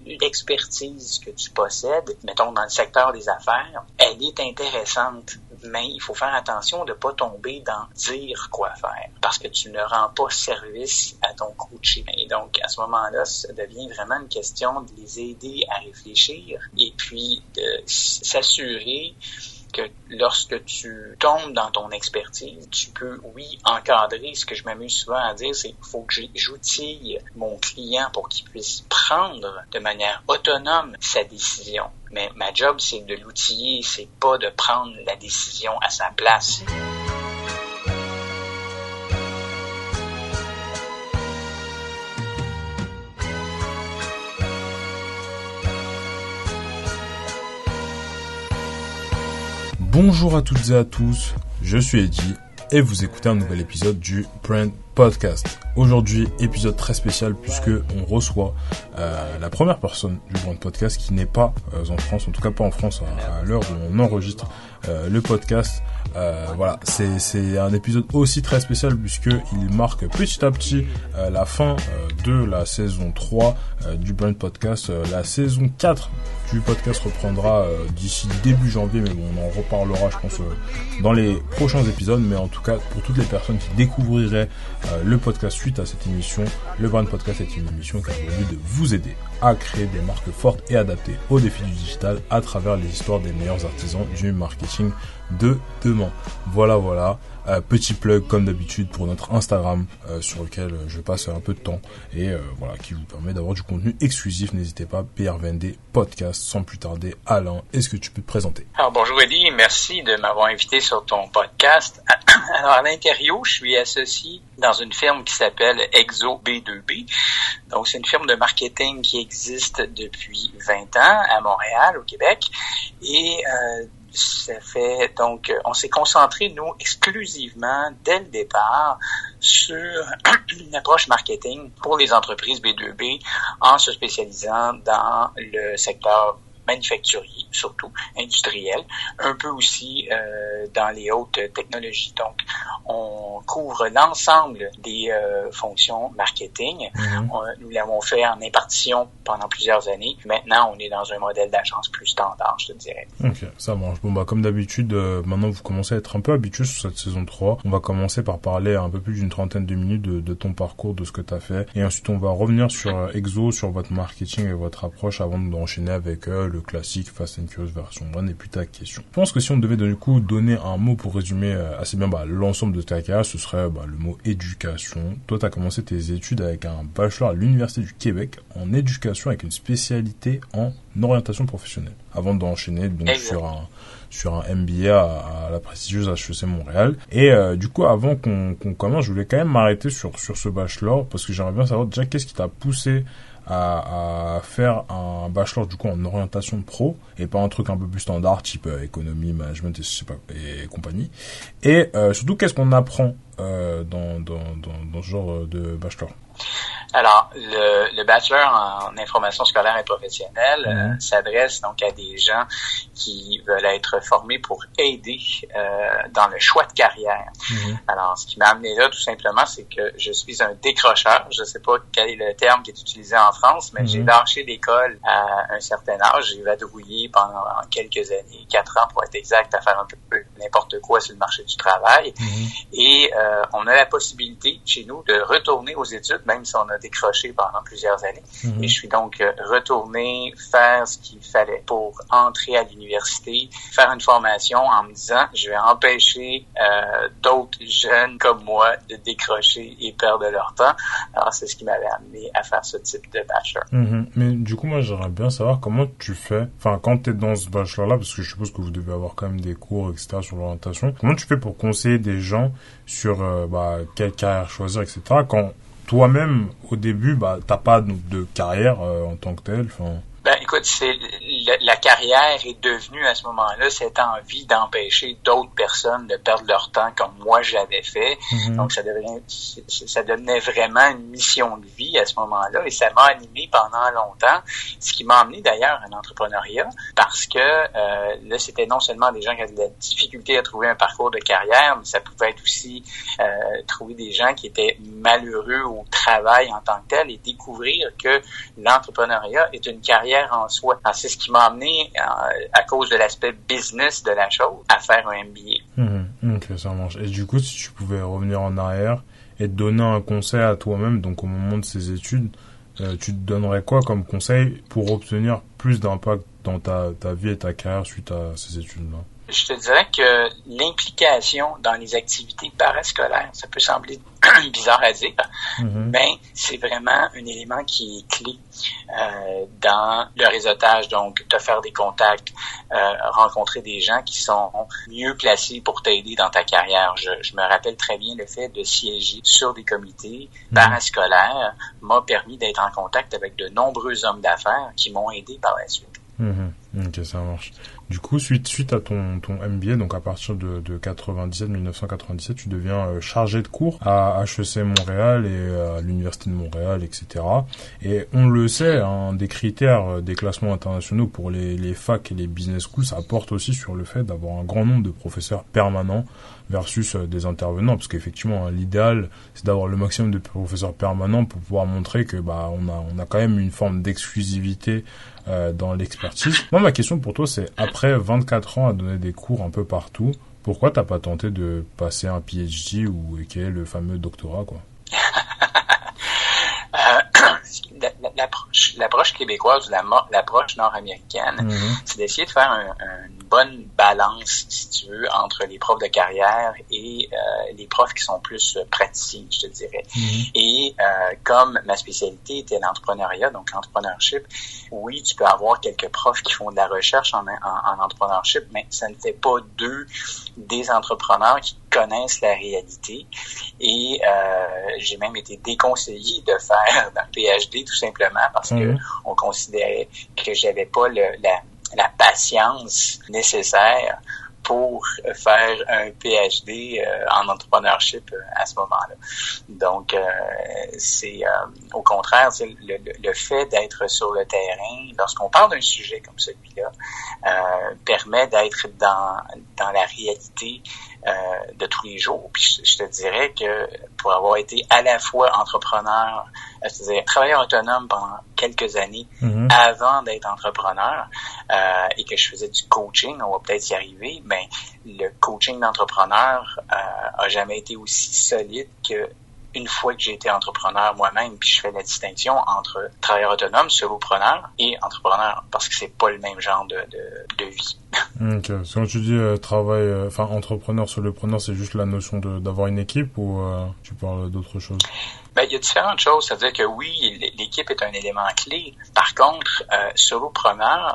l'expertise que tu possèdes, mettons dans le secteur des affaires, elle est intéressante. Mais il faut faire attention de ne pas tomber dans dire quoi faire, parce que tu ne rends pas service à ton coaché. Et donc, à ce moment-là, ça devient vraiment une question de les aider à réfléchir et puis de s'assurer que lorsque tu tombes dans ton expertise, tu peux, oui, encadrer. Ce que je m'amuse souvent à dire, c'est qu'il faut que j'outille mon client pour qu'il puisse prendre de manière autonome sa décision. Mais ma job, c'est de l'outiller, c'est pas de prendre la décision à sa place. Bonjour à toutes et à tous, je suis Eddy et vous écoutez un nouvel épisode du Brand Podcast. Aujourd'hui, épisode très spécial puisque on reçoit la première personne du Brand Podcast qui n'est pas en France, en tout cas pas en France à l'heure où on enregistre le podcast. Voilà, c'est un épisode aussi très spécial puisque il marque petit à petit la fin de la saison 3 du Brand Podcast. La saison 4 du podcast reprendra d'ici début janvier, mais bon, on en reparlera, je pense, dans les prochains épisodes. Mais en tout cas, pour toutes les personnes qui découvriraient le podcast suite à cette émission, le Brand Podcast est une émission qui a pour but de vous aider à créer des marques fortes et adaptées aux défis du digital à travers les histoires des meilleurs artisans du marketing de demain. Voilà. Petit plug comme d'habitude pour notre Instagram sur lequel je passe un peu de temps et voilà, qui vous permet d'avoir du contenu exclusif. N'hésitez pas, PRVND Podcast. Sans plus tarder, Alain, est-ce que tu peux te présenter? Alors bonjour Eddy, merci de m'avoir invité sur ton podcast. Alors à l'intérieur, je suis associé dans une firme qui s'appelle Exo B2B. Donc c'est une firme de marketing qui existe depuis 20 ans à Montréal, au Québec. Et ça fait donc, on s'est concentré, nous, exclusivement, dès le départ, sur une approche marketing pour les entreprises B2B en se spécialisant dans le secteur manufacturier, surtout industriel, un peu aussi dans les hautes technologies. Donc, on couvre l'ensemble des fonctions marketing. Nous l'avons fait en impartition pendant plusieurs années. Maintenant, on est dans un modèle d'agence plus standard, je te dirais. Ok, ça marche. Bon, comme d'habitude, maintenant vous commencez à être un peu habitués sur cette saison 3. On va commencer par parler un peu plus d'une trentaine de minutes de ton parcours, de ce que tu as fait. Et ensuite, on va revenir sur Exo, sur votre marketing et votre approche avant d'enchaîner avec le classique Fast and Curious version 1 et puis ta question. Je pense que si on devait du coup donner un mot pour résumer assez bien l'ensemble de ta carrière, ce serait le mot éducation. Toi, tu as commencé tes études avec un bachelor à l'Université du Québec en éducation avec une spécialité en orientation professionnelle. Avant d'enchaîner donc sur un MBA à la prestigieuse HEC Montréal. Et du coup, avant qu'on commence, je voulais quand même m'arrêter sur ce bachelor parce que j'aimerais bien savoir déjà qu'est-ce qui t'a poussé à faire un bachelor du coup en orientation pro et pas un truc un peu plus standard type économie, management et je sais pas et compagnie. Et surtout qu'est-ce qu'on apprend dans ce genre de bachelor? Alors, le bachelor en information scolaire et professionnelle s'adresse donc à des gens qui veulent être formés pour aider dans le choix de carrière. Alors, ce qui m'a amené là, tout simplement, c'est que je suis un décrocheur. Je sais pas quel est le terme qui est utilisé en France, mais j'ai lâché l'école à un certain âge. J'ai vadrouillé pendant quelques années, 4 ans pour être exact, à faire un peu n'importe quoi sur le marché du travail. Et on a la possibilité chez nous de retourner aux études, même si on a décroché pendant plusieurs années. Et je suis donc retourné faire ce qu'il fallait pour entrer à l'université, faire une formation en me disant je vais empêcher d'autres jeunes comme moi de décrocher et perdre leur temps. Alors c'est ce qui m'avait amené à faire ce type de bachelor. Mais du coup moi j'aimerais bien savoir comment tu fais, enfin quand tu es dans ce bachelor là, parce que je suppose que vous devez avoir quand même des cours etc sur l'orientation, comment tu fais pour conseiller des gens sur quelle carrière choisir etc quand toi-même, au début, t'as pas de carrière en tant que telle. Écoute, la carrière est devenue à ce moment-là cette envie d'empêcher d'autres personnes de perdre leur temps comme moi j'avais fait. Donc ça devenait vraiment une mission de vie à ce moment-là et ça m'a animé pendant longtemps, ce qui m'a amené d'ailleurs à l'entrepreneuriat parce que là c'était non seulement des gens qui avaient de la difficulté à trouver un parcours de carrière, mais ça pouvait être aussi trouver des gens qui étaient malheureux au travail en tant que tel et découvrir que l'entrepreneuriat est une carrière en soi. Alors, c'est ce qui m'a amené, à cause de l'aspect business de la chose, à faire un MBA. Ok, ça marche. Et du coup, si tu pouvais revenir en arrière et te donner un conseil à toi-même, donc au moment de ces études, tu te donnerais quoi comme conseil pour obtenir plus d'impact dans ta vie et ta carrière suite à ces études-là? Je te dirais que l'implication dans les activités parascolaires, ça peut sembler bizarre à dire, mais c'est vraiment un élément qui est clé dans le réseautage. Donc, te faire des contacts, rencontrer des gens qui sont mieux placés pour t'aider dans ta carrière. Je me rappelle très bien le fait de siéger sur des comités parascolaires m'a permis d'être en contact avec de nombreux hommes d'affaires qui m'ont aidé par la suite. Ok, ça marche. Du coup, suite à ton MBA, donc à partir de 1997, tu deviens chargé de cours à HEC Montréal et à l'Université de Montréal, etc. Et on le sait, des critères des classements internationaux pour les facs et les business schools, ça porte aussi sur le fait d'avoir un grand nombre de professeurs permanents versus des intervenants, parce qu'effectivement, l'idéal, c'est d'avoir le maximum de professeurs permanents pour pouvoir montrer que on a quand même une forme d'exclusivité dans l'expertise. Moi, ma question pour toi, c'est après 24 ans à donner des cours un peu partout, pourquoi t'as pas tenté de passer un PhD ou qui est le fameux doctorat, quoi? L'approche québécoise ou l'approche nord-américaine, c'est d'essayer de faire une bonne balance, si tu veux, entre les profs de carrière et les profs qui sont plus praticiens, je te dirais. Et comme ma spécialité était l'entrepreneuriat, donc l'entrepreneurship, oui, tu peux avoir quelques profs qui font de la recherche en entrepreneurship, mais ça ne fait pas d'eux des entrepreneurs qui connaissent la réalité. Et j'ai même été déconseillé de faire un PhD tout simplement parce que on considérait que j'avais pas la patience nécessaire pour faire un PhD en entrepreneurship à ce moment-là. Donc, c'est au contraire, c'est le fait d'être sur le terrain, lorsqu'on parle d'un sujet comme celui-là, permet d'être dans la réalité de tous les jours. Puis je te dirais que pour avoir été à la fois entrepreneur, c'est-à-dire travailleur autonome pendant quelques années avant d'être entrepreneur, et que je faisais du coaching, on va peut-être y arriver, mais le coaching d'entrepreneur a jamais été aussi solide que une fois que j'ai été entrepreneur moi-même, puis je fais la distinction entre travailleur autonome, solopreneur et entrepreneur, parce que c'est pas le même genre de vie. Ok. Quand tu dis entrepreneur, solopreneur, c'est juste la notion d'avoir une équipe ou tu parles d'autre chose? Ben, il y a différentes choses. C'est-à-dire que oui, l'équipe est un élément clé. Par contre, solopreneur,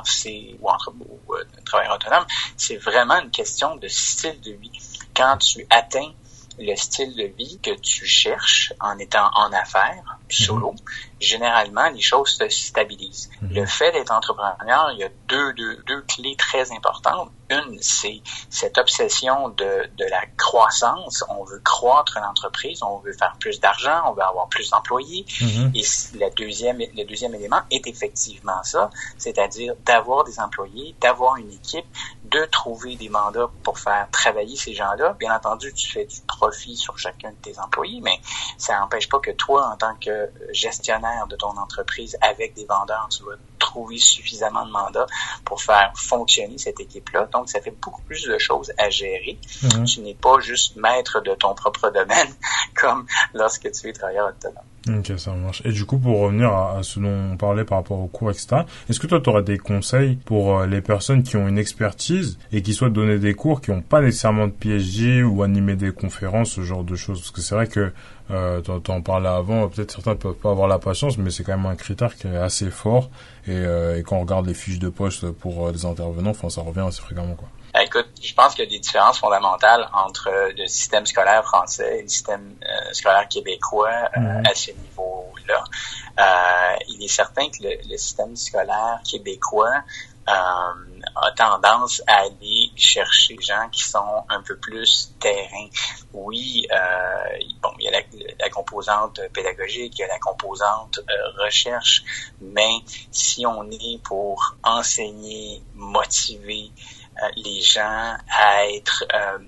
ou travailleur autonome, c'est vraiment une question de style de vie. Quand tu atteins le style de vie que tu cherches en étant en affaires, solo, généralement, les choses se stabilisent. Le fait d'être entrepreneur, il y a deux clés très importantes. Une, c'est cette obsession de la croissance. On veut croître l'entreprise, on veut faire plus d'argent, on veut avoir plus d'employés. Et le deuxième élément est effectivement ça, c'est-à-dire d'avoir des employés, d'avoir une équipe, de trouver des mandats pour faire travailler ces gens-là. Bien entendu, tu fais du profit sur chacun de tes employés, mais ça n'empêche pas que toi, en tant que gestionnaire de ton entreprise avec des vendeurs, tu vas trouver suffisamment de mandats pour faire fonctionner cette équipe-là. Donc, ça fait beaucoup plus de choses à gérer. Tu n'es pas juste maître de ton propre domaine comme lorsque tu es travailleur autonome. Ok, ça marche. Et du coup, pour revenir à ce dont on parlait par rapport aux cours, etc., est-ce que toi, tu aurais des conseils pour les personnes qui ont une expertise et qui souhaitent donner des cours, qui n'ont pas nécessairement de PhD ou animer des conférences, ce genre de choses? Parce que c'est vrai que t'en parlais avant, peut-être certains peuvent pas avoir la patience, mais c'est quand même un critère qui est assez fort. Et quand on regarde les fiches de poste pour les intervenants, ça revient assez fréquemment, quoi. Écoute, je pense qu'il y a des différences fondamentales entre le système scolaire français et le système scolaire québécois à ce niveau-là. Il est certain que le système scolaire québécois a tendance à aller chercher des gens qui sont un peu plus terrain. Oui, il y a la composante pédagogique, il y a la composante recherche, mais si on est pour enseigner, motiver les gens à être,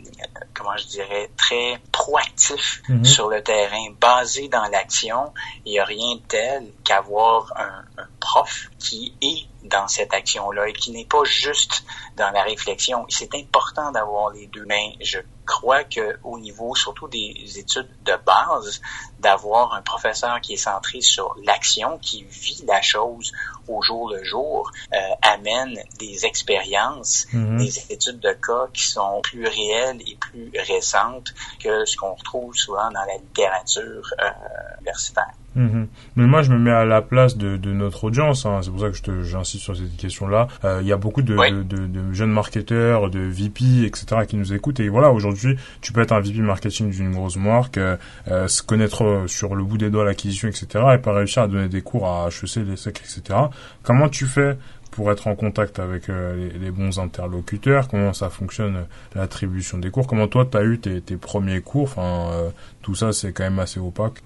très proactifs sur le terrain, basés dans l'action, il n'y a rien de tel qu'avoir un prof qui est dans cette action-là et qui n'est pas juste dans la réflexion. C'est important d'avoir les deux, mais je crois que au niveau surtout des études de base, d'avoir un professeur qui est centré sur l'action, qui vit la chose au jour le jour, amène des expériences, des études de cas qui sont plus réelles et plus récentes que ce qu'on retrouve souvent dans la littérature universitaire. Mais moi, je me mets à la place de notre audience, hein. C'est pour ça que j'insiste sur cette question-là. Il y a beaucoup de jeunes marketeurs, de VP, etc. qui nous écoutent. Et voilà, aujourd'hui, tu peux être un VP marketing d'une grosse marque, se connaître sur le bout des doigts l'acquisition, etc. et pas réussir à donner des cours à HEC, l'ESSEC, etc. Comment tu fais pour être en contact avec les bons interlocuteurs? Comment ça fonctionne, l'attribution des cours? Comment toi, tu as eu tes premiers cours? Tout ça, c'est quand même assez opaque.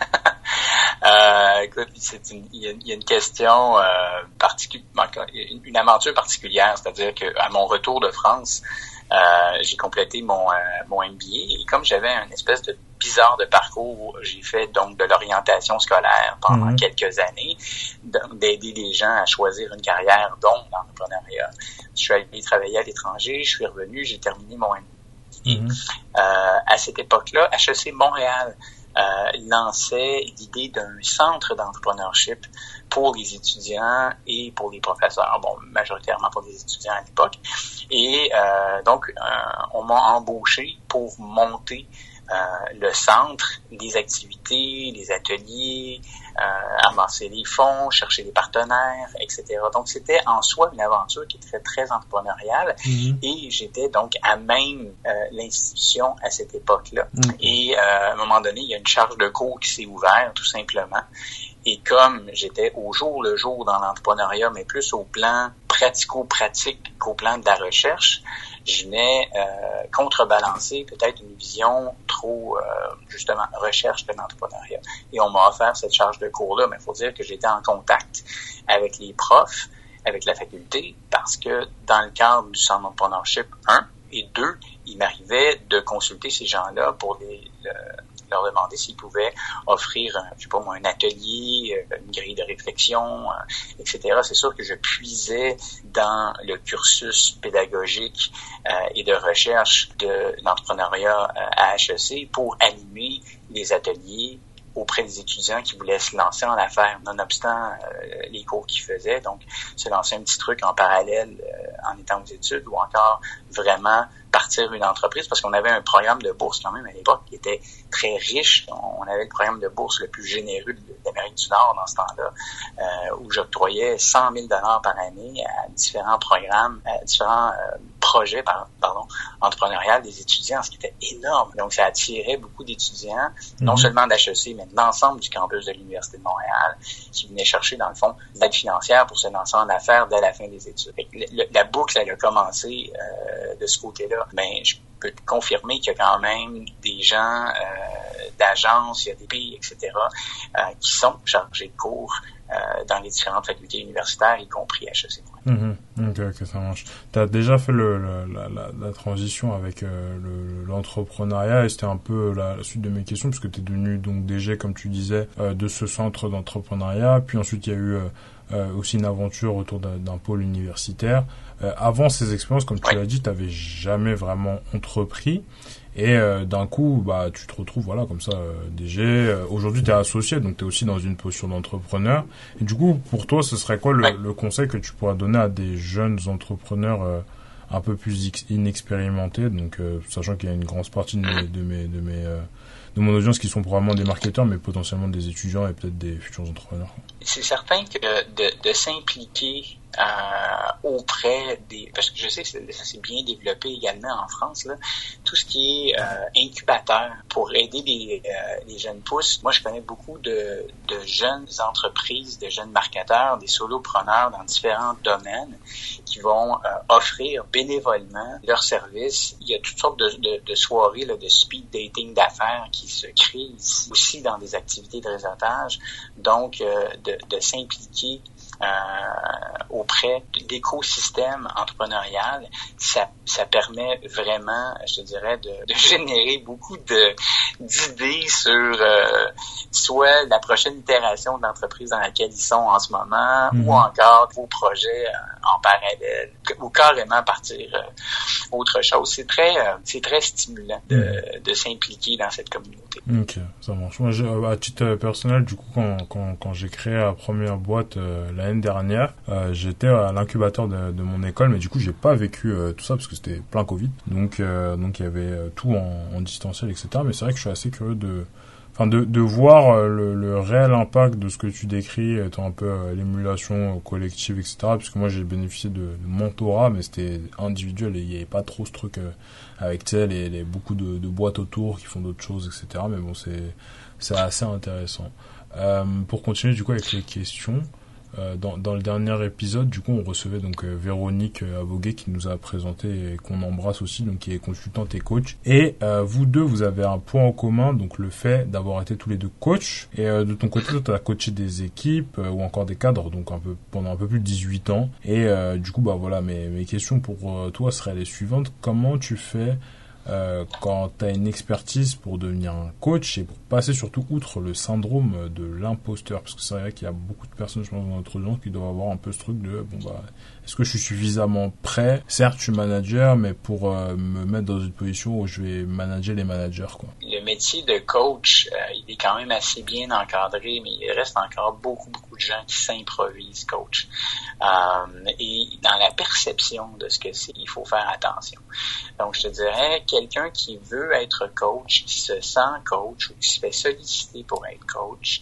Écoute, il y a une question une aventure particulière, c'est-à-dire que à mon retour de France, j'ai complété mon MBA et comme j'avais une espèce de bizarre de parcours, j'ai fait donc de l'orientation scolaire pendant quelques années, d'aider les gens à choisir une carrière, dont l'entrepreneuriat. Je suis allé travailler à l'étranger, je suis revenu, j'ai terminé mon MBA. À cette époque-là, HEC Montréal lançait l'idée d'un centre d'entrepreneurship pour les étudiants et pour les professeurs. Bon, majoritairement pour les étudiants à l'époque. Et donc, on m'a embauché pour monter le centre, les activités, les ateliers, amasser les fonds, chercher des partenaires, etc. Donc, c'était en soi une aventure qui était très entrepreneuriale et j'étais donc à même l'institution à cette époque-là. Et à un moment donné, il y a une charge de cours qui s'est ouverte, tout simplement. Et comme j'étais au jour le jour dans l'entrepreneuriat, mais plus au plan pratico-pratique qu'au plan de la recherche, je venais contrebalancer peut-être une vision trop, justement, recherche de l'entrepreneuriat. Et on m'a offert cette charge de cours-là, mais il faut dire que j'étais en contact avec les profs, avec la faculté, parce que dans le cadre du centre d'entrepreneurship 1 et 2, il m'arrivait de consulter ces gens-là pour leur demander s'ils pouvaient offrir, un atelier, une grille de réflexion, etc. C'est sûr que je puisais dans le cursus pédagogique et de recherche de l'entrepreneuriat à HEC pour animer les ateliers auprès des étudiants qui voulaient se lancer en affaires, nonobstant les cours qu'ils faisaient. Donc, se lancer un petit truc en parallèle en étant aux études ou encore vraiment partir une entreprise parce qu'on avait un programme de bourse quand même à l'époque qui était très riche. On avait le programme de bourse le plus généreux de l'Amérique du Nord dans ce temps-là, où j'octroyais 100 000 $ par année à différents programmes, à différents projets, entrepreneurial des étudiants, ce qui était énorme. Donc, ça attirait beaucoup d'étudiants, non seulement d'HEC, mais de l'ensemble du campus de l'Université de Montréal, qui venaient chercher, dans le fond, l'aide financière pour se lancer en affaires dès la fin des études. La boucle, elle a commencé de ce côté-là. Mais je peux te confirmer qu'il y a quand même des gens d'agences, il y a des pays, etc., qui sont chargés de cours dans les différentes facultés universitaires, y compris HEC. Ok, ça marche. T'as déjà fait la transition avec l'entrepreneuriat et c'était un peu la suite de mes questions puisque t'es devenu donc DG, comme tu disais, de ce centre d'entrepreneuriat. Puis ensuite, il y a eu aussi une aventure autour d'un pôle universitaire. Avant ces expériences, comme tu l'as dit, t'avais jamais vraiment entrepris. Et d'un coup, tu te retrouves comme ça DG. Aujourd'hui, tu es associé, donc tu es aussi dans une posture d'entrepreneur. Et du coup, pour toi, ce serait quoi le conseil que tu pourrais donner à des jeunes entrepreneurs un peu plus inexpérimentés, donc sachant qu'il y a une grosse partie de mon audience qui sont probablement des marketeurs, mais potentiellement des étudiants et peut-être des futurs entrepreneurs. C'est certain que de s'impliquer auprès des... Parce que je sais que ça s'est bien développé également en France, là, tout ce qui est incubateur pour aider les jeunes pousses. Moi, je connais beaucoup de jeunes entreprises, de jeunes marketeurs, des solopreneurs dans différents domaines qui vont offrir bénévolement leurs services. Il y a toutes sortes de soirées là, de speed dating d'affaires qui se créent ici, aussi dans des activités de réseautage. Donc, de s'impliquer auprès de l'écosystème entrepreneurial, ça permet vraiment, je te dirais, de générer beaucoup d'idées sur soit la prochaine itération de l'entreprise dans laquelle ils sont en ce moment, ou encore vos projets en parallèle, ou carrément partir autre chose. C'est très stimulant de s'impliquer dans cette communauté. Ok, ça marche. Moi, à titre personnel, du coup, quand j'ai créé la première boîte l'année dernière, j'étais à l'incubateur de mon école, mais du coup, j'ai pas vécu tout ça parce que c'était plein Covid. Donc il y avait tout en distanciel, etc. Mais c'est vrai que je suis assez curieux de voir le réel impact de ce que tu décris, étant un peu l'émulation collective, etc. Puisque moi, j'ai bénéficié de mentorat, mais c'était individuel et il n'y avait pas trop ce truc avec, tu sais, beaucoup de boîtes autour qui font d'autres choses, etc. Mais bon, c'est assez intéressant. Pour continuer, du coup, avec les questions, dans le dernier épisode, du coup, on recevait donc Véronique Aboguet qui nous a présenté et qu'on embrasse aussi, donc qui est consultante et coach. Et vous deux, vous avez un point en commun, donc le fait d'avoir été tous les deux coachs. Et de ton côté, toi, tu as coaché des équipes ou encore des cadres, donc pendant un peu plus de 18 ans. Et du coup, bah voilà, mes questions pour toi seraient les suivantes. Comment tu fais quand tu as une expertise pour devenir un coach et pour passer surtout outre le syndrome de l'imposteur, parce que c'est vrai qu'il y a beaucoup de personnes, je pense, dans notre audience qui doivent avoir un peu ce truc de est-ce que je suis suffisamment prêt? Certes, je suis manager, mais pour me mettre dans une position où je vais manager les managers, quoi. Le métier de coach, il est quand même assez bien encadré, mais il reste encore beaucoup de gens qui s'improvisent coach. Et dans la perception de ce que c'est, il faut faire attention. Donc, je te dirais, quelqu'un qui veut être coach, qui se sent coach ou qui se fait solliciter pour être coach,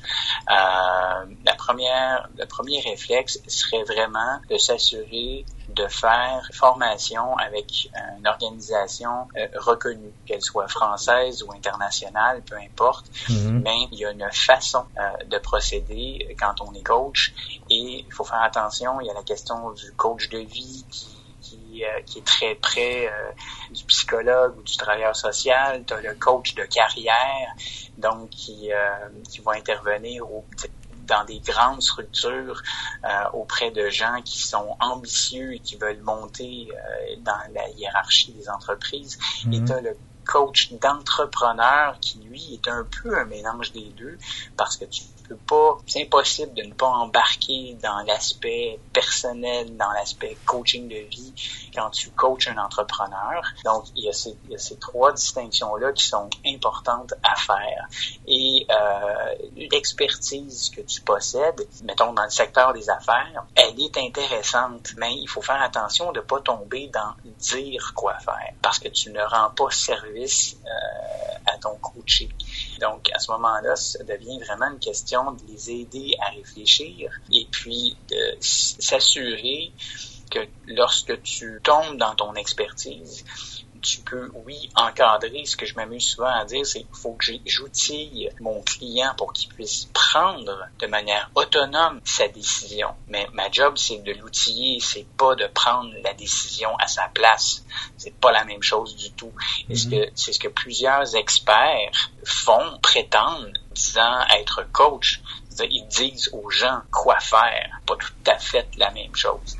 le premier réflexe serait vraiment de s'assurer de faire formation avec une organisation reconnue, qu'elle soit française ou internationale, peu importe. Mais il y a une façon de procéder quand on est coach et il faut faire attention. Il y a la question du coach de vie qui est très près du psychologue ou du travailleur social. Tu as le coach de carrière, donc qui va intervenir dans des grandes structures auprès de gens qui sont ambitieux et qui veulent monter dans la hiérarchie des entreprises. Et tu as le coach d'entrepreneur qui, lui, est un peu un mélange des deux parce que tu peux pas, c'est impossible de ne pas embarquer dans l'aspect personnel, dans l'aspect coaching de vie quand tu coaches un entrepreneur. Donc, il y a ces trois distinctions-là qui sont importantes à faire. Et l'expertise que tu possèdes, mettons dans le secteur des affaires, elle est intéressante, mais il faut faire attention de pas tomber dans dire quoi faire parce que tu ne rends pas service à ton coaché. Donc, à ce moment-là, ça devient vraiment une question de les aider à réfléchir et puis de s'assurer que lorsque tu tombes dans ton expertise, tu peux, oui, encadrer. Ce que je m'amuse souvent à dire, c'est qu'il faut que j'outille mon client pour qu'il puisse prendre de manière autonome sa décision. Mais ma job, c'est de l'outiller, c'est pas de prendre la décision à sa place. C'est pas la même chose du tout. Et c'est ce que plusieurs experts prétendent, disant être coach. Ils disent aux gens quoi faire, pas tout à fait la même chose.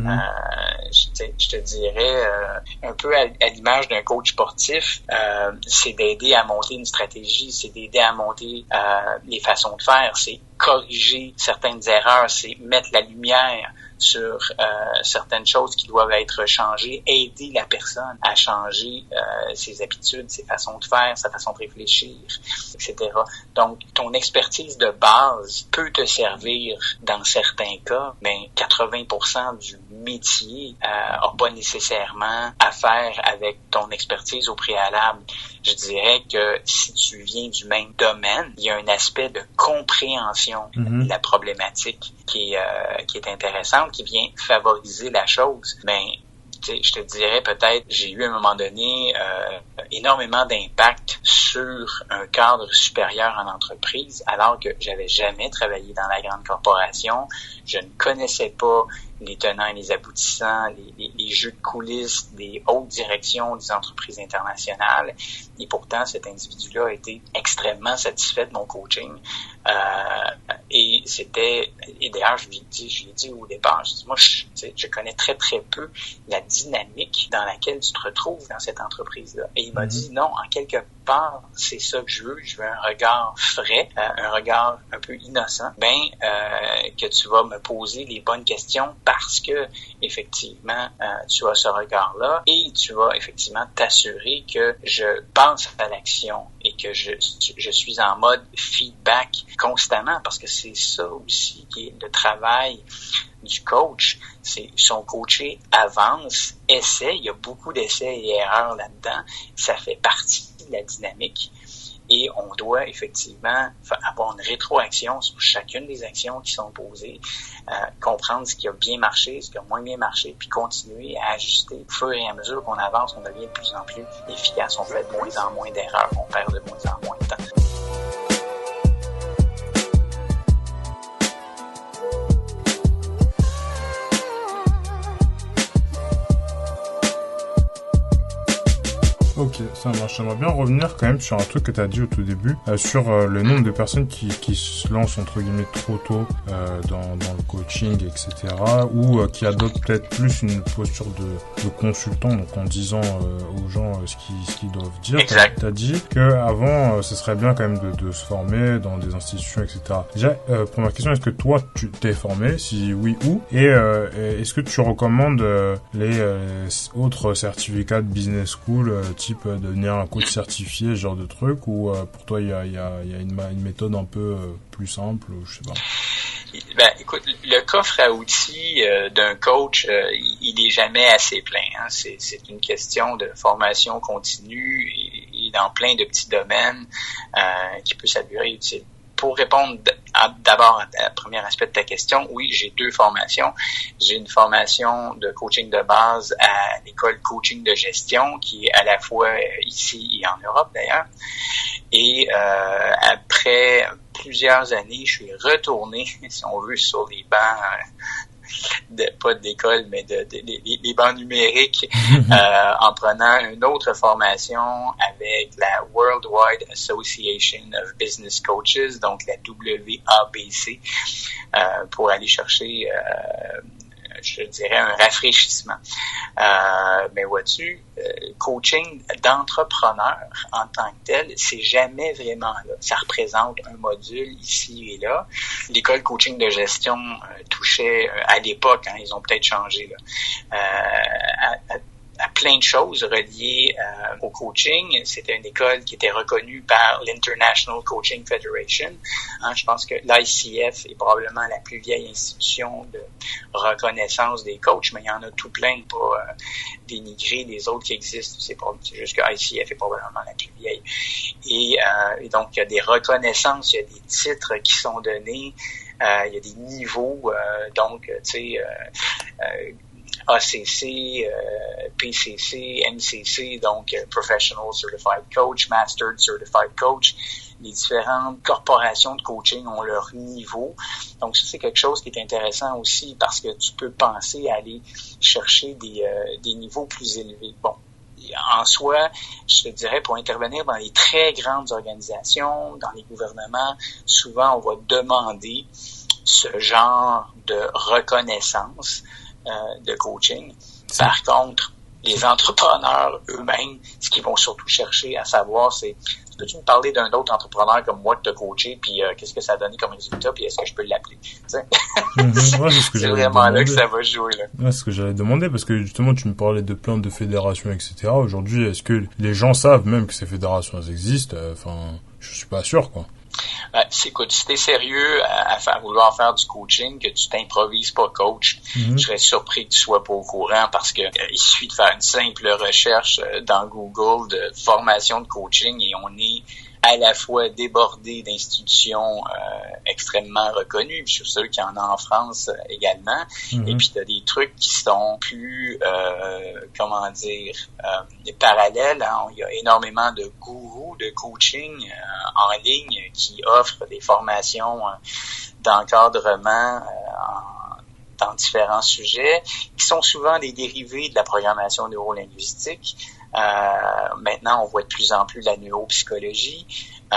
Je te dirais, un peu à l'image d'un coach sportif, c'est d'aider à monter une stratégie, c'est d'aider à monter les façons de faire, c'est corriger certaines erreurs, c'est mettre la lumière sur certaines choses qui doivent être changées, aider la personne à changer ses habitudes, ses façons de faire, sa façon de réfléchir, etc. Donc, ton expertise de base peut te servir dans certains cas, mais 80% du métier n'a pas nécessairement à faire avec ton expertise au préalable. Je dirais que si tu viens du même domaine, il y a un aspect de compréhension de la problématique qui est intéressant. exemple qui vient favoriser la chose, ben je te dirais peut-être, j'ai eu à un moment donné énormément d'impact sur un cadre supérieur en entreprise, alors que j'avais jamais travaillé dans la grande corporation. Je ne connaissais pas les tenants et les aboutissants, les jeux de coulisses des hautes directions des entreprises internationales. Et pourtant, cet individu-là a été extrêmement satisfait de mon coaching. Et d'ailleurs, je lui ai dit au départ, moi, je connais très, très peu la dynamique dans laquelle tu te retrouves dans cette entreprise-là. Et il m'a dit, non, en quelque part, c'est ça que je veux un regard frais, un regard un peu innocent, que tu vas me poser les bonnes questions parce que, effectivement, tu as ce regard-là et tu vas effectivement t'assurer que je pense à l'action et que je suis en mode feedback constamment, parce que c'est ça aussi qui est le travail du coach. C'est son coaché avance, essaie, il y a beaucoup d'essais et erreurs là-dedans, ça fait partie de la dynamique. Et on doit effectivement avoir une rétroaction sur chacune des actions qui sont posées, comprendre ce qui a bien marché, ce qui a moins bien marché, puis continuer à ajuster. Au fur et à mesure qu'on avance, on devient de plus en plus efficace, on fait de moins en moins d'erreurs, on perd de moins en moins de temps. Ok, ça marche. J'aimerais bien revenir quand même sur un truc que tu as dit au tout début, sur le nombre de personnes qui se lancent entre guillemets trop tôt dans le coaching, etc. ou qui adoptent peut-être plus une posture de consultant, donc en disant aux gens ce qu'ils doivent dire. Exact. Tu as dit qu'avant, ce serait bien quand même de se former dans des institutions, etc. Déjà, première question, est-ce que toi, tu t'es formé? Si oui, où? Et est-ce que tu recommandes les autres certificats de business school, type devenir un coach certifié, ce genre de truc, ou pour toi il y a une méthode un peu plus simple, je sais pas. Écoute, le coffre à outils d'un coach, il est jamais assez plein. Hein. C'est une question de formation continue et dans plein de petits domaines qui peut s'avérer utile. Pour répondre d'abord à premier aspect de ta question, oui, j'ai 2 formations. J'ai une formation de coaching de base à l'école coaching de gestion, qui est à la fois ici et en Europe d'ailleurs. Et après plusieurs années, je suis retourné, si on veut, sur les bancs pas d'école, mais les bancs numériques, en prenant une autre formation avec la Worldwide Association of Business Coaches, donc la WABC, pour aller chercher, je dirais, un rafraîchissement. Mais vois-tu, coaching d'entrepreneur en tant que tel, c'est jamais vraiment là. Ça représente un module ici et là. L'école coaching de gestion touchait à l'époque, ils ont peut-être changé là, à plein de choses reliées au coaching. C'était une école qui était reconnue par l'International Coaching Federation. Je pense que l'ICF est probablement la plus vieille institution de reconnaissance des coachs, mais il y en a tout plein, pas dénigrer les autres qui existent. C'est juste que l'ICF est probablement la plus vieille. Et donc, il y a des reconnaissances, il y a des titres qui sont donnés, il y a des niveaux, donc, tu sais, ACC, PCC, MCC, donc Professional Certified Coach, Mastered Certified Coach. Les différentes corporations de coaching ont leur niveau. Donc ça, c'est quelque chose qui est intéressant aussi parce que tu peux penser à aller chercher des niveaux plus élevés. Bon, en soi, je te dirais, pour intervenir dans les très grandes organisations, dans les gouvernements, souvent on va demander ce genre de reconnaissance de coaching. Par contre, les entrepreneurs eux-mêmes, ce qu'ils vont surtout chercher à savoir, c'est peux-tu me parler d'un autre entrepreneur comme moi que tu as coaché, puis qu'est-ce que ça a donné comme résultat, puis est-ce que je peux l'appeler? Ouais, c'est vraiment là que ça va jouer. Là. Ouais, c'est ce que j'allais demander, parce que justement, tu me parlais de plein de fédérations, etc. Aujourd'hui, est-ce que les gens savent même que ces fédérations existent? Je suis pas sûr, quoi. Écoute, si t'es sérieux à vouloir faire du coaching, que tu t'improvises pas coach, je serais surpris que tu sois pas au courant parce que il suffit de faire une simple recherche dans Google de formation de coaching et on est à la fois débordé d'institutions extrêmement reconnues, puis je suis sûr qu'il y en a en France également, et puis tu as des trucs qui sont plus, parallèles. Hein. Il y a énormément de gourous de coaching en ligne qui offrent des formations d'encadrement dans différents sujets, qui sont souvent des dérivés de la programmation neurolinguistique. Maintenant, on voit de plus en plus la neuropsychologie.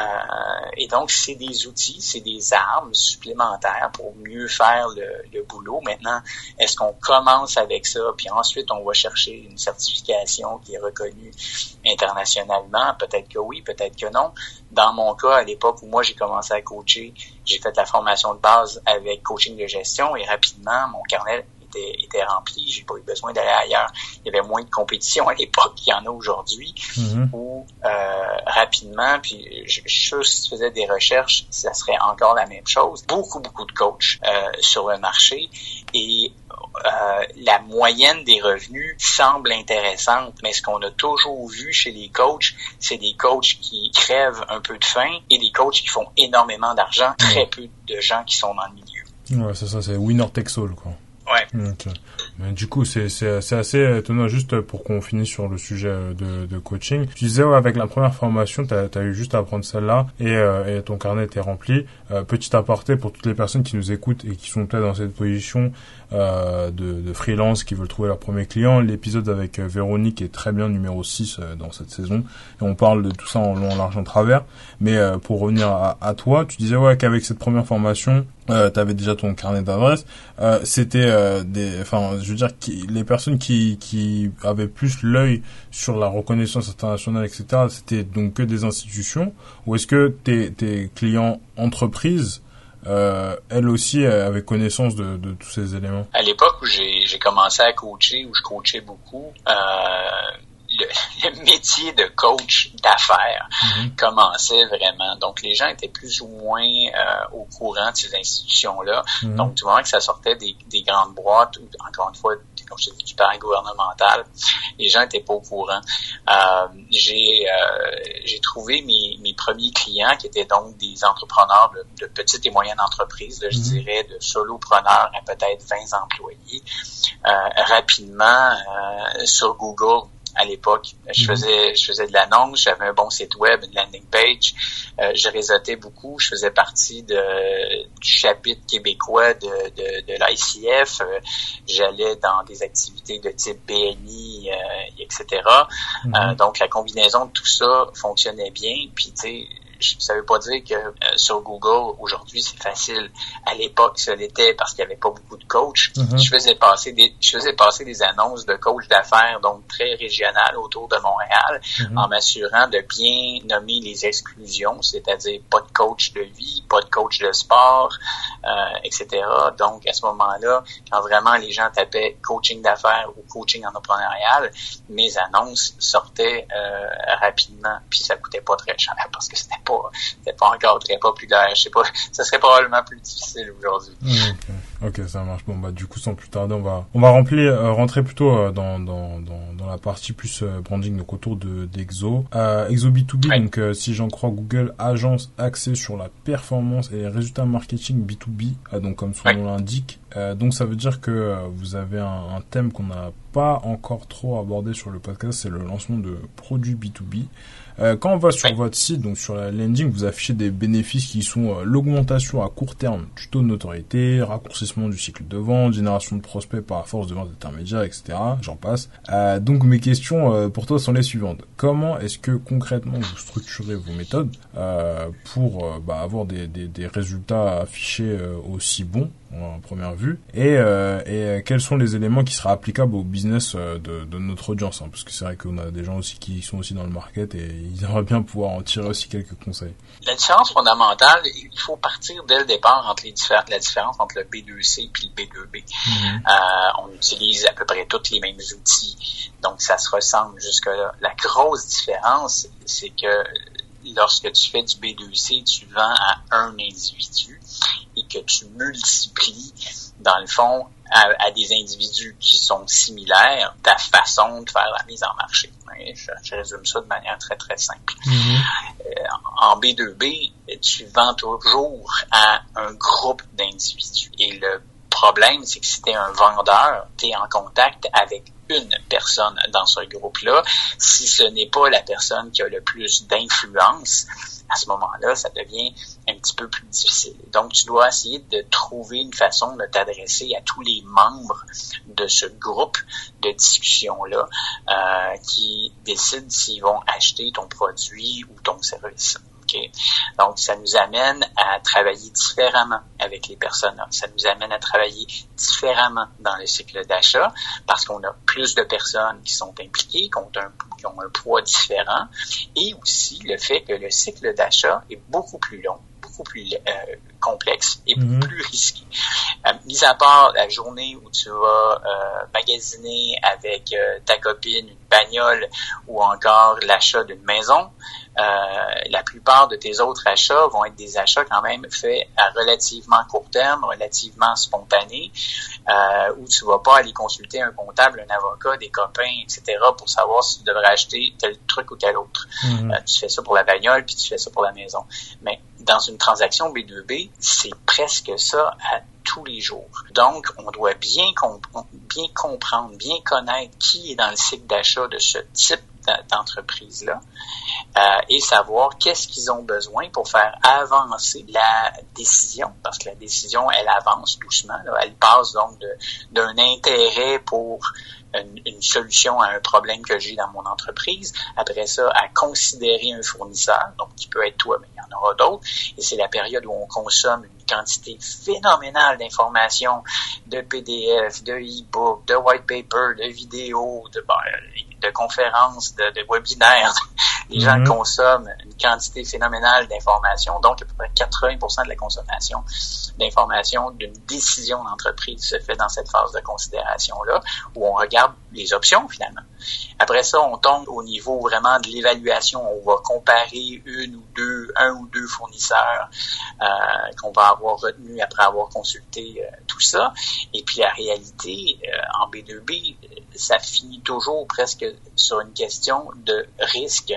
Et donc, c'est des outils, c'est des armes supplémentaires pour mieux faire le boulot. Maintenant, est-ce qu'on commence avec ça, puis ensuite on va chercher une certification qui est reconnue internationalement? Peut-être que oui, peut-être que non. Dans mon cas, à l'époque où moi j'ai commencé à coacher, j'ai fait la formation de base avec coaching de gestion et rapidement, mon carnet était rempli, j'ai pas eu besoin d'aller ailleurs. Il y avait moins de compétition à l'époque qu'il y en a aujourd'hui, où rapidement, puis je suis sûr que si tu faisais des recherches, ça serait encore la même chose. Beaucoup de coachs sur le marché et la moyenne des revenus semble intéressante, mais ce qu'on a toujours vu chez les coachs, c'est des coachs qui crèvent un peu de faim et des coachs qui font énormément d'argent, très peu de gens qui sont dans le milieu. Ouais, c'est ça, c'est winner takes all, quoi. Ouais. Okay. Mais du coup, c'est assez étonnant, juste pour qu'on finisse sur le sujet de coaching. Tu disais, avec la première formation, t'as eu juste à prendre celle-là et ton carnet était rempli. Petit aparté pour toutes les personnes qui nous écoutent et qui sont peut-être dans cette position de freelance, qui veulent trouver leur premier client. L'épisode avec Véronique est très bien, numéro 6 dans cette saison. Et on parle de tout ça en long, en large, en travers. Mais pour revenir à toi, tu disais qu'avec cette première formation, t'avais déjà ton carnet d'adresses. C'était je veux dire, les personnes qui avaient plus l'œil sur la reconnaissance internationale, etc., c'était donc que des institutions, ou est-ce que tes clients entreprises, elles aussi avaient connaissance de tous ces éléments? À l'époque où j'ai commencé à coacher, où je coachais beaucoup, le métier de coach d'affaires commençait vraiment. Donc, les gens étaient plus ou moins au courant de ces institutions-là. Donc, du moment que ça sortait des grandes boîtes, ou encore une fois, comme je te dis, du paragouvernemental, les gens étaient pas au courant. J'ai trouvé mes premiers clients qui étaient donc des entrepreneurs de petites et moyennes entreprises, là, je dirais de solopreneurs à peut-être 20 employés, rapidement sur Google. À l'époque, je faisais de l'annonce, j'avais un bon site web, une landing page, je réseautais beaucoup, je faisais partie du chapitre québécois de l'ICF, j'allais dans des activités de type BNI, etc. Donc la combinaison de tout ça fonctionnait bien, puis tu sais, ça veut pas dire que sur Google, aujourd'hui, c'est facile. À l'époque, ça l'était parce qu'il y avait pas beaucoup de coachs. Je faisais passer des annonces de coachs d'affaires, donc très régionales autour de Montréal, en m'assurant de bien nommer les exclusions, c'est-à-dire pas de coach de vie, pas de coach de sport, etc. Donc, à ce moment-là, quand vraiment les gens tapaient coaching d'affaires ou coaching entrepreneurial, mes annonces sortaient rapidement, puis ça coûtait pas très cher parce que c'était pas encore très populaire. Je sais pas, ça serait probablement plus difficile aujourd'hui. Ok, ça marche. Bon, du coup, sans plus tarder, on va rentrer plutôt dans la partie plus branding, donc autour d'Exo. Exo B2B, donc si j'en crois Google, agence axée sur la performance et les résultats marketing B2B, donc comme son nom l'indique. Donc ça veut dire que vous avez un thème qu'on n'a pas encore trop abordé sur le podcast, c'est le lancement de produits B2B. Quand on va sur votre site, donc sur la landing, vous affichez des bénéfices qui sont l'augmentation à court terme du taux de notoriété, raccourcissement du cycle de vente, génération de prospects par force de vente intermédiaire, etc. J'en passe. Donc mes questions pour toi sont les suivantes. Comment est-ce que concrètement vous structurez vos méthodes pour avoir des résultats affichés aussi bons en première vue, et quels sont les éléments qui seraient applicables au business de notre audience, parce que c'est vrai qu'on a des gens aussi qui sont aussi dans le market et ils aimeraient bien pouvoir en tirer aussi quelques conseils. La différence fondamentale, il faut partir dès le départ entre la différence entre le B2C et le B2B. On utilise à peu près tous les mêmes outils, donc ça se ressemble jusque-là. La grosse différence, c'est que lorsque tu fais du B2C, tu vends à un individu et que tu multiplies, dans le fond, à des individus qui sont similaires, ta façon de faire la mise en marché. Je résume ça de manière très, très simple. En B2B, tu vends toujours à un groupe d'individus. Et le problème, c'est que si tu es un vendeur, tu es en contact avec une personne dans ce groupe-là. Si ce n'est pas la personne qui a le plus d'influence, à ce moment-là, ça devient un petit peu plus difficile. Donc, tu dois essayer de trouver une façon de t'adresser à tous les membres de ce groupe de discussion-là qui décident s'ils vont acheter ton produit ou ton service. Okay. Donc, ça nous amène à travailler différemment avec les personas. Ça nous amène à travailler différemment dans le cycle d'achat parce qu'on a plus de personnes qui sont impliquées, qui ont un poids différent, et aussi le fait que le cycle d'achat est beaucoup plus long, beaucoup plus complexe et plus risqué. Mis à part la journée où tu vas magasiner avec ta copine une bagnole ou encore l'achat d'une maison, la plupart de tes autres achats vont être des achats quand même faits à relativement court terme, relativement spontanés, où tu vas pas aller consulter un comptable, un avocat, des copains, etc. pour savoir si tu devrais acheter tel truc ou tel autre. Tu fais ça pour la bagnole, puis tu fais ça pour la maison. Mais dans une transaction B2B, c'est presque ça à tous les jours. Donc, on doit bien comprendre, bien connaître qui est dans le cycle d'achat de ce type d'entreprise-là et savoir qu'est-ce qu'ils ont besoin pour faire avancer la décision, parce que la décision, elle avance doucement. Là. Elle passe donc d'un intérêt pour une solution à un problème que j'ai dans mon entreprise, après ça, à considérer un fournisseur, donc qui peut être toi, mais il y en aura d'autres, et c'est la période où on consomme une quantité phénoménale d'informations, de PDF, de e-book, de white paper, de vidéos, de conférences, de webinaires. Les gens consomment une quantité phénoménale d'informations, donc à peu près 80% de la consommation d'informations d'une décision d'entreprise se fait dans cette phase de considération-là, où on regarde les options finalement. Après ça, on tombe au niveau vraiment de l'évaluation. On va comparer un ou deux fournisseurs qu'on va avoir retenus après avoir consulté tout ça. Et puis la réalité, en B2B, ça finit toujours presque sur une question de risque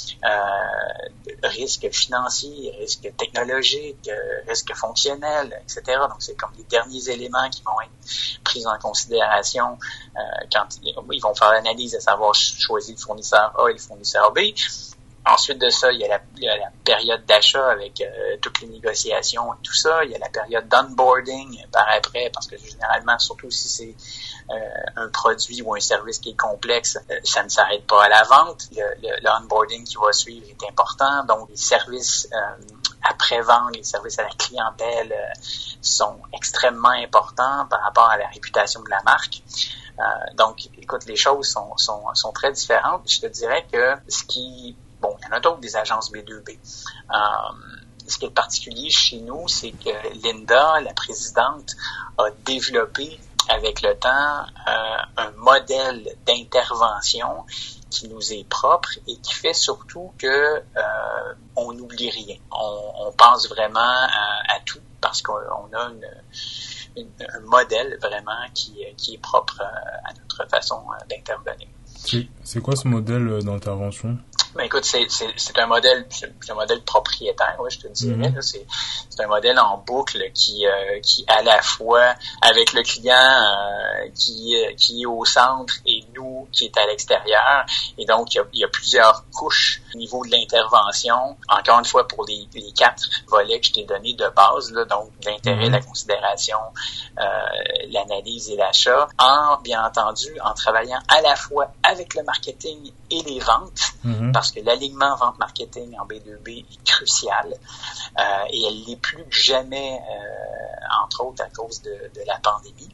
financier, risque technologique, risque fonctionnel, etc. Donc, c'est comme les derniers éléments qui vont être pris en considération quand ils vont faire l'analyse de savoir choisir le fournisseur A et le fournisseur B. Ensuite de ça, il y a la période d'achat avec toutes les négociations et tout ça. Il y a la période d'onboarding par après, parce que généralement, surtout si c'est un produit ou un service qui est complexe, ça ne s'arrête pas à la vente. Le onboarding qui va suivre est important. Donc, les services après-vente, les services à la clientèle sont extrêmement importants par rapport à la réputation de la marque. Donc, écoute, les choses sont très différentes. Je te dirais que il y en a d'autres des agences B2B. Ce qui est particulier chez nous, c'est que Linda, la présidente, a développé avec le temps un modèle d'intervention qui nous est propre et qui fait surtout que on n'oublie rien. On pense vraiment à tout parce qu'on a un modèle vraiment qui est propre à notre façon d'intervenir. C'est quoi ce modèle d'intervention? Ben écoute, c'est un modèle propriétaire, ouais, je te dirais. Là, c'est un modèle en boucle qui à la fois avec le client qui est au centre et nous qui est à l'extérieur. Et donc il y a plusieurs couches au niveau de l'intervention. Encore une fois pour les 4 volets que je t'ai donnés de base, là, donc l'intérêt, la considération, l'analyse et l'achat, bien entendu en travaillant à la fois avec le marketing et les ventes. Parce que l'alignement vente-marketing en B2B est crucial et elle l'est plus que jamais, entre autres à cause de la pandémie.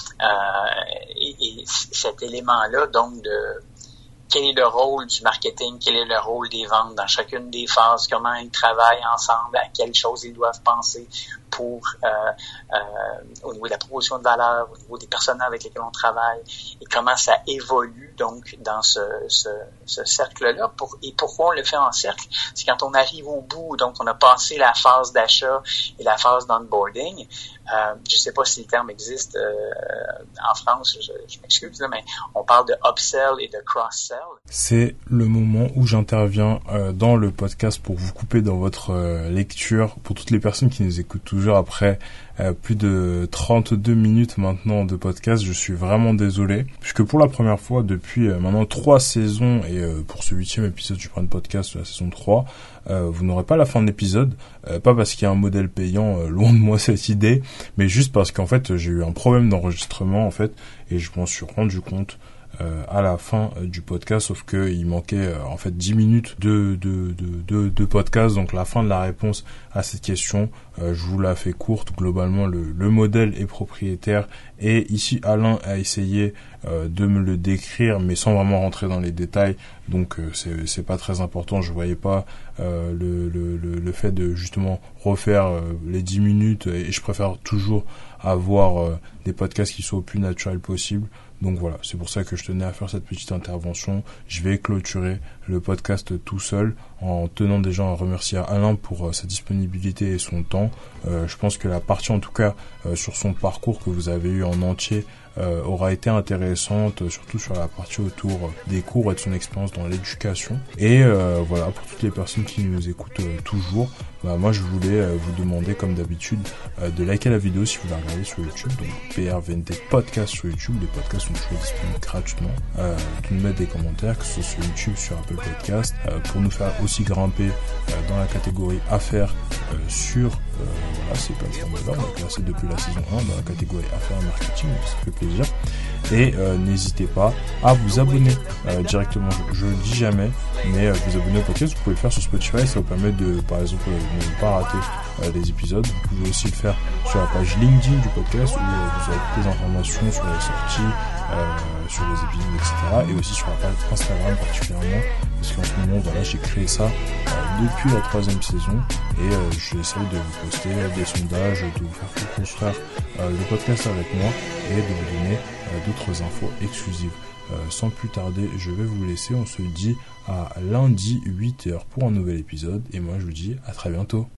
Et cet élément-là, donc, de quel est le rôle du marketing, quel est le rôle des ventes dans chacune des phases, comment ils travaillent ensemble, à quelles choses ils doivent penser pour au niveau de la proposition de valeur, au niveau des personnages avec lesquels on travaille, et comment ça évolue donc dans ce cercle-là. Et pourquoi on le fait en cercle? C'est quand on arrive au bout, donc on a passé la phase d'achat et la phase d'onboarding. Je sais pas si le terme existe en France, je m'excuse, mais on parle de upsell et de cross-sell. C'est le moment où j'interviens dans le podcast pour vous couper dans votre lecture. Pour toutes les personnes qui nous écoutent toujours après plus de 32 minutes maintenant de podcast, je suis vraiment désolé, puisque pour la première fois depuis maintenant 3 saisons, et pour ce 8e épisode du Prime Podcast de la saison 3, vous n'aurez pas la fin de l'épisode, pas parce qu'il y a un modèle payant, loin de moi cette idée, mais juste parce qu'en fait j'ai eu un problème d'enregistrement en fait, et je m'en suis rendu compte à la fin du podcast, sauf que il manquait en fait 10 minutes de podcast, donc la fin de la réponse à cette question. Je vous la fais courte. Globalement, le modèle est propriétaire, et ici Alain a essayé de me le décrire, mais sans vraiment rentrer dans les détails, donc c'est pas très important. Je voyais pas le fait de justement refaire les 10 minutes, et je préfère toujours avoir des podcasts qui soient au plus naturel possible. Donc voilà, c'est pour ça que je tenais à faire cette petite intervention. Je vais clôturer le podcast tout seul en tenant déjà à remercier Alain pour sa disponibilité et son temps. Je pense que la partie en tout cas sur son parcours que vous avez eu en entier aura été intéressante, surtout sur la partie autour des cours et de son expérience dans l'éducation. Et voilà, pour toutes les personnes qui nous écoutent toujours, moi je voulais vous demander comme d'habitude de liker la vidéo si vous la regardez sur YouTube, donc PRVNT Podcast sur YouTube. Les podcasts sont toujours disponibles gratuitement, de nous mettre des commentaires, que ce soit sur YouTube, sur Apple Podcast, pour nous faire aussi grimper dans la catégorie affaires sur ces plateformes-là. On est classé depuis la saison 1 dans la catégorie affaires et marketing, donc ça fait plaisir. Et n'hésitez pas à vous abonner directement, je le dis jamais, mais vous abonner au podcast, vous pouvez le faire sur Spotify, ça vous permet de, par exemple, ne pas rater les épisodes. Vous pouvez aussi le faire sur la page LinkedIn du podcast, où vous avez toutes les informations sur les sorties, sur les épisodes, etc. Et aussi sur la page Instagram particulièrement, parce qu'en ce moment, voilà, j'ai créé ça depuis la 3e saison, et j'essaie de vous poster des sondages, de vous faire construire le podcast avec moi, et de vous donner d'autres infos exclusives. Sans plus tarder, je vais vous laisser. On se dit à lundi 8h pour un nouvel épisode, et moi je vous dis à très bientôt.